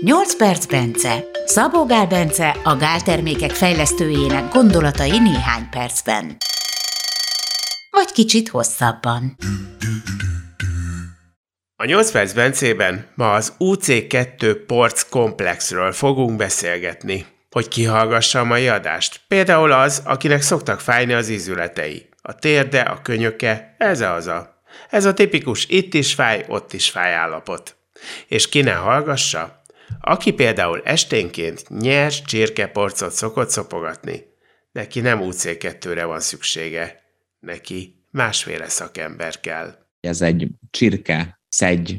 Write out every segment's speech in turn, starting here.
8 perc Bence. Szabó Gál Bence, a gáltermékek fejlesztőjének gondolatai néhány percben. Vagy kicsit hosszabban. A 8 perc Bencében ma az UC2 Porc Komplexről fogunk beszélgetni, hogy kihallgassa a mai adást. Például az, akinek szoktak fájni az ízületei. A térde, a könyöke, ez a tipikus itt is fáj, ott is fáj állapot. És ki ne hallgassa? Aki például esténként nyers csirkeporcot szokott szopogatni, neki nem UC2-re van szüksége, neki másféle szakember kell. Ez egy csirke-szegy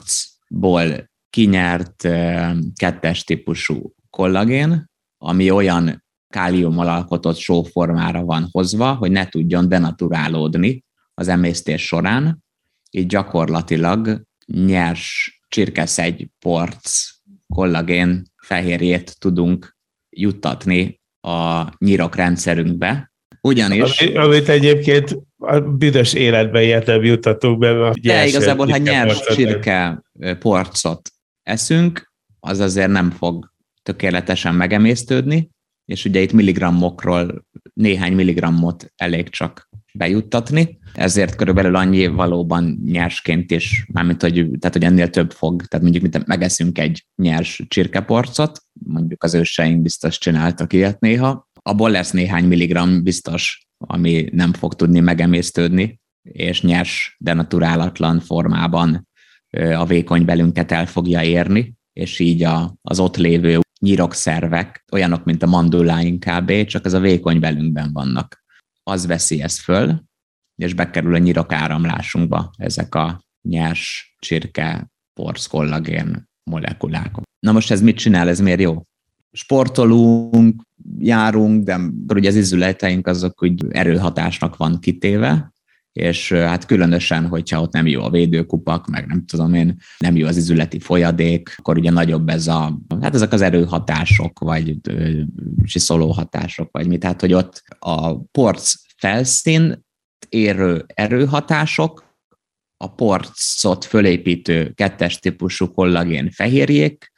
porcból kinyert kettes típusú kollagén, ami olyan káliummal alkotott sóformára van hozva, hogy ne tudjon denaturálódni az emésztés során, így gyakorlatilag nyers csirkeszegy porc kollagén fehérjét tudunk juttatni a nyirokrendszerünkbe. Ugyanis... Amit egyébként a büdös életben ilyet nem juttatunk be. De igazából, ha nyers csirke porcot eszünk, az azért nem fog tökéletesen megemésztődni, és ugye itt milligrammokról néhány milligrammot elég csak bejuttatni, ezért körülbelül annyi valóban nyersként is, mármint hogy ennél több fog, tehát mondjuk megeszünk egy nyers csirkeporcot, mondjuk az őseink biztos csináltak ilyet néha, abból lesz néhány milligramm biztos, ami nem fog tudni megemésztődni, és nyers, denaturálatlan formában a vékony belünket el fogja érni, és így az ott lévő nyirokszervek, olyanok, mint a mandulláink kb., csak ez a vékony belünkben vannak. Az veszi ezt föl, és bekerül a nyirokáramlásunkba ezek a nyers csirke porc kollagén molekulák. Na most ez mit csinál, ez miért jó? Sportolunk, járunk, de ugye az izületeink azok úgy erőhatásnak van kitéve, és hát különösen, hogyha ott nem jó a védőkupak, meg nem tudom én, nem jó az izületi folyadék, akkor ugye nagyobb ezek az erőhatások, vagy csiszolóhatások, vagy mit, tehát hogy ott a porc felszín érő erőhatások, a porcot fölépítő kettes típusú kollagén fehérjék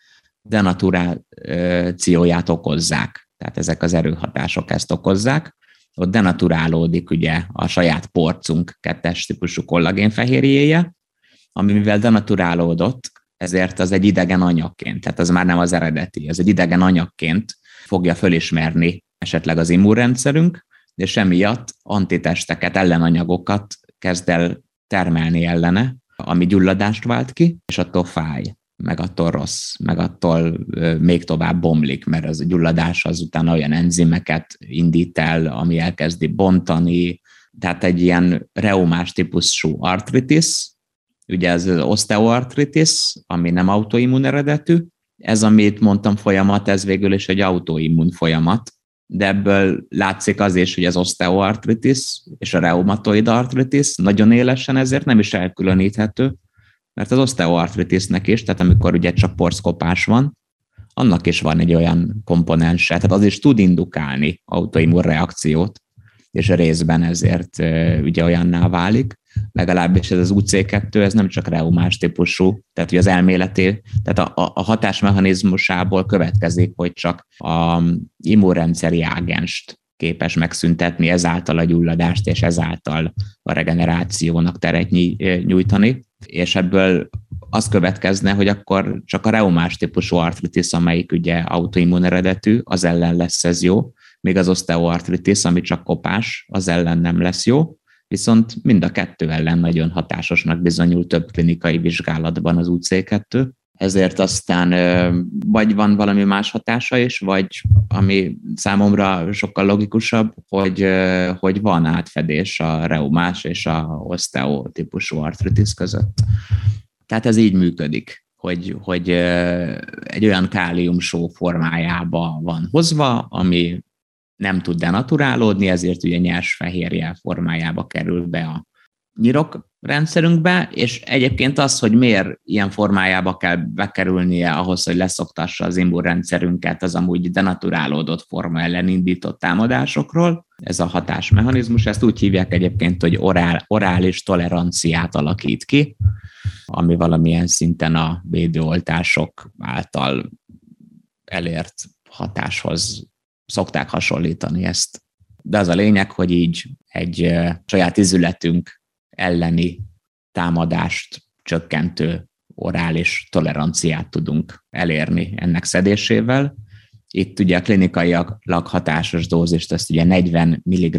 denaturációját okozzák. Tehát ezek az erőhatások ezt okozzák. Ott denaturálódik ugye a saját porcunk kettes típusú kollagénfehérjéje, ami mivel denaturálódott, ezért az egy idegen anyagként, tehát az már nem az eredeti, az egy idegen anyagként fogja fölismerni esetleg az immunrendszerünk, és emiatt antitesteket, ellenanyagokat kezd el termelni ellene, ami gyulladást vált ki, és attól fáj, meg attól rossz, meg attól még tovább bomlik, mert az a gyulladás azután olyan enzimeket indít el, ami elkezdi bontani, tehát egy ilyen reumás típusú artritis, ugye ez az osteoartritis, ami nem autoimmun eredetű, ez, amit mondtam folyamat, ez végül is egy autoimmun folyamat, de ebből látszik az is, hogy az osteoartritis és a reumatoid artritis nagyon élesen ezért nem is elkülöníthető, mert az osteoartritisnek is, tehát amikor ugye csak porckopás van, annak is van egy olyan komponense, tehát az is tud indukálni autoimmun reakciót, és a részben ezért ugye olyanná válik. Legalábbis ez az UC2, ez nem csak reumás típusú, tehát hogy az elméleti, tehát a hatásmechanizmusából következik, hogy csak a immunrendszeri ágenst képes megszüntetni, ezáltal a gyulladást, és ezáltal a regenerációnak teret nyújtani, és ebből az következne, hogy akkor csak a reumás típusú artritis, amelyik ugye autoimmun eredetű, az ellen lesz ez jó, még az osteoartritis, ami csak kopás, az ellen nem lesz jó, viszont mind a kettő ellen nagyon hatásosnak bizonyul több klinikai vizsgálatban az UC2, ezért aztán vagy van valami más hatása is, vagy ami számomra sokkal logikusabb, hogy van átfedés a reumás és a osteo típusú artritis között. Tehát ez így működik, hogy egy olyan káliumsó formájába van hozva, ami nem tud denaturálódni, ezért ugye nyers fehérje formájába kerül be a nyirokrendszerünkbe, és egyébként az, hogy miért ilyen formájába kell bekerülnie ahhoz, hogy leszoktassa az immunrendszerünket az amúgy denaturálódott forma ellen indított támadásokról, ez a hatásmechanizmus, ezt úgy hívják egyébként, hogy orális toleranciát alakít ki, ami valamilyen szinten a védőoltások által elért hatáshoz szokták hasonlítani ezt. De az a lényeg, hogy így egy saját ízületünk elleni támadást csökkentő orális toleranciát tudunk elérni ennek szedésével. Itt ugye a klinikailag hatásos dózist, ezt ugye 40 mg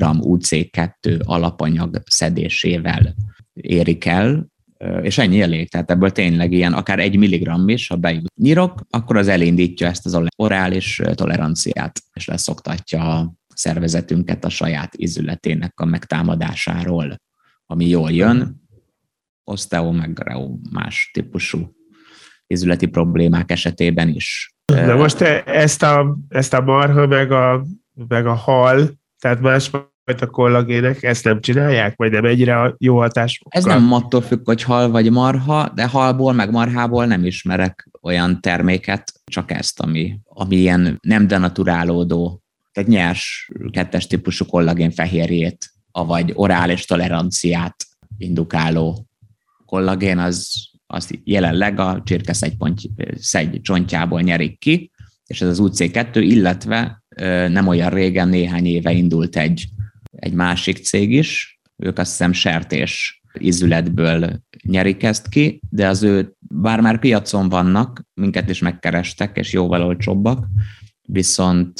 UC2 alapanyag szedésével érik el, és ennyi elég, tehát ebből tényleg ilyen akár 1 mg is, ha bejut nyirok, akkor az elindítja ezt az orális toleranciát, és leszoktatja a szervezetünket a saját ízületének a megtámadásáról, ami jól jön, oszteó meg más típusú ízületi problémák esetében is. De most ezt a marha meg a hal, tehát másfajta kollagének, ezt nem csinálják, vagy nem egyre jó hatásokkal? Ez nem attól függ, hogy hal vagy marha, de halból meg marhából nem ismerek olyan terméket, csak ezt, ami ilyen nem denaturálódó, tehát nyers kettes típusú kollagénfehérjét, avagy orális toleranciát indukáló kollagén, az jelenleg a csirkeszegy csontjából nyerik ki, és ez az UC2, illetve nem olyan régen, néhány éve indult egy másik cég is, ők azt hiszem sertés ízületből nyerik ezt ki, de az ő, bár már piacon vannak, minket is megkerestek, és jóval olcsóbbak, viszont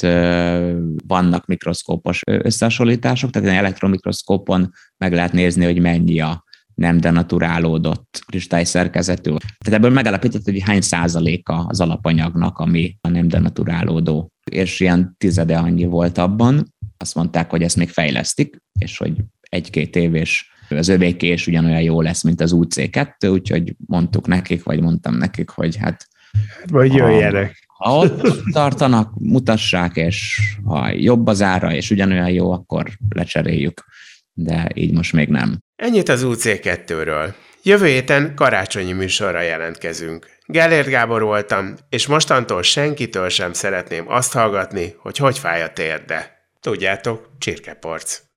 vannak mikroszkópos összehasonlítások, tehát egy elektromikroszkópon meg lehet nézni, hogy mennyi a nem denaturálódott kristályszerkezetű. Tehát ebből megállapított, hogy hány százaléka az alapanyagnak, ami a nem denaturálódó. És ilyen 10 annyi volt abban. Azt mondták, hogy ezt még fejlesztik, és hogy 1-2 év és az övéké is ugyanolyan jó lesz, mint az UC2, úgyhogy mondtam nekik, hogy hát vagy jöjjenek. Ha ott tartanak, mutassák, és ha jobb az ára, és ugyanolyan jó, akkor lecseréljük. De így most még nem. Ennyit az UC2-ről. Jövő héten karácsonyi műsorra jelentkezünk. Gellért Gábor voltam, és mostantól senkitől sem szeretném azt hallgatni, hogy fáj a térde. Tudjátok, csirkeporc.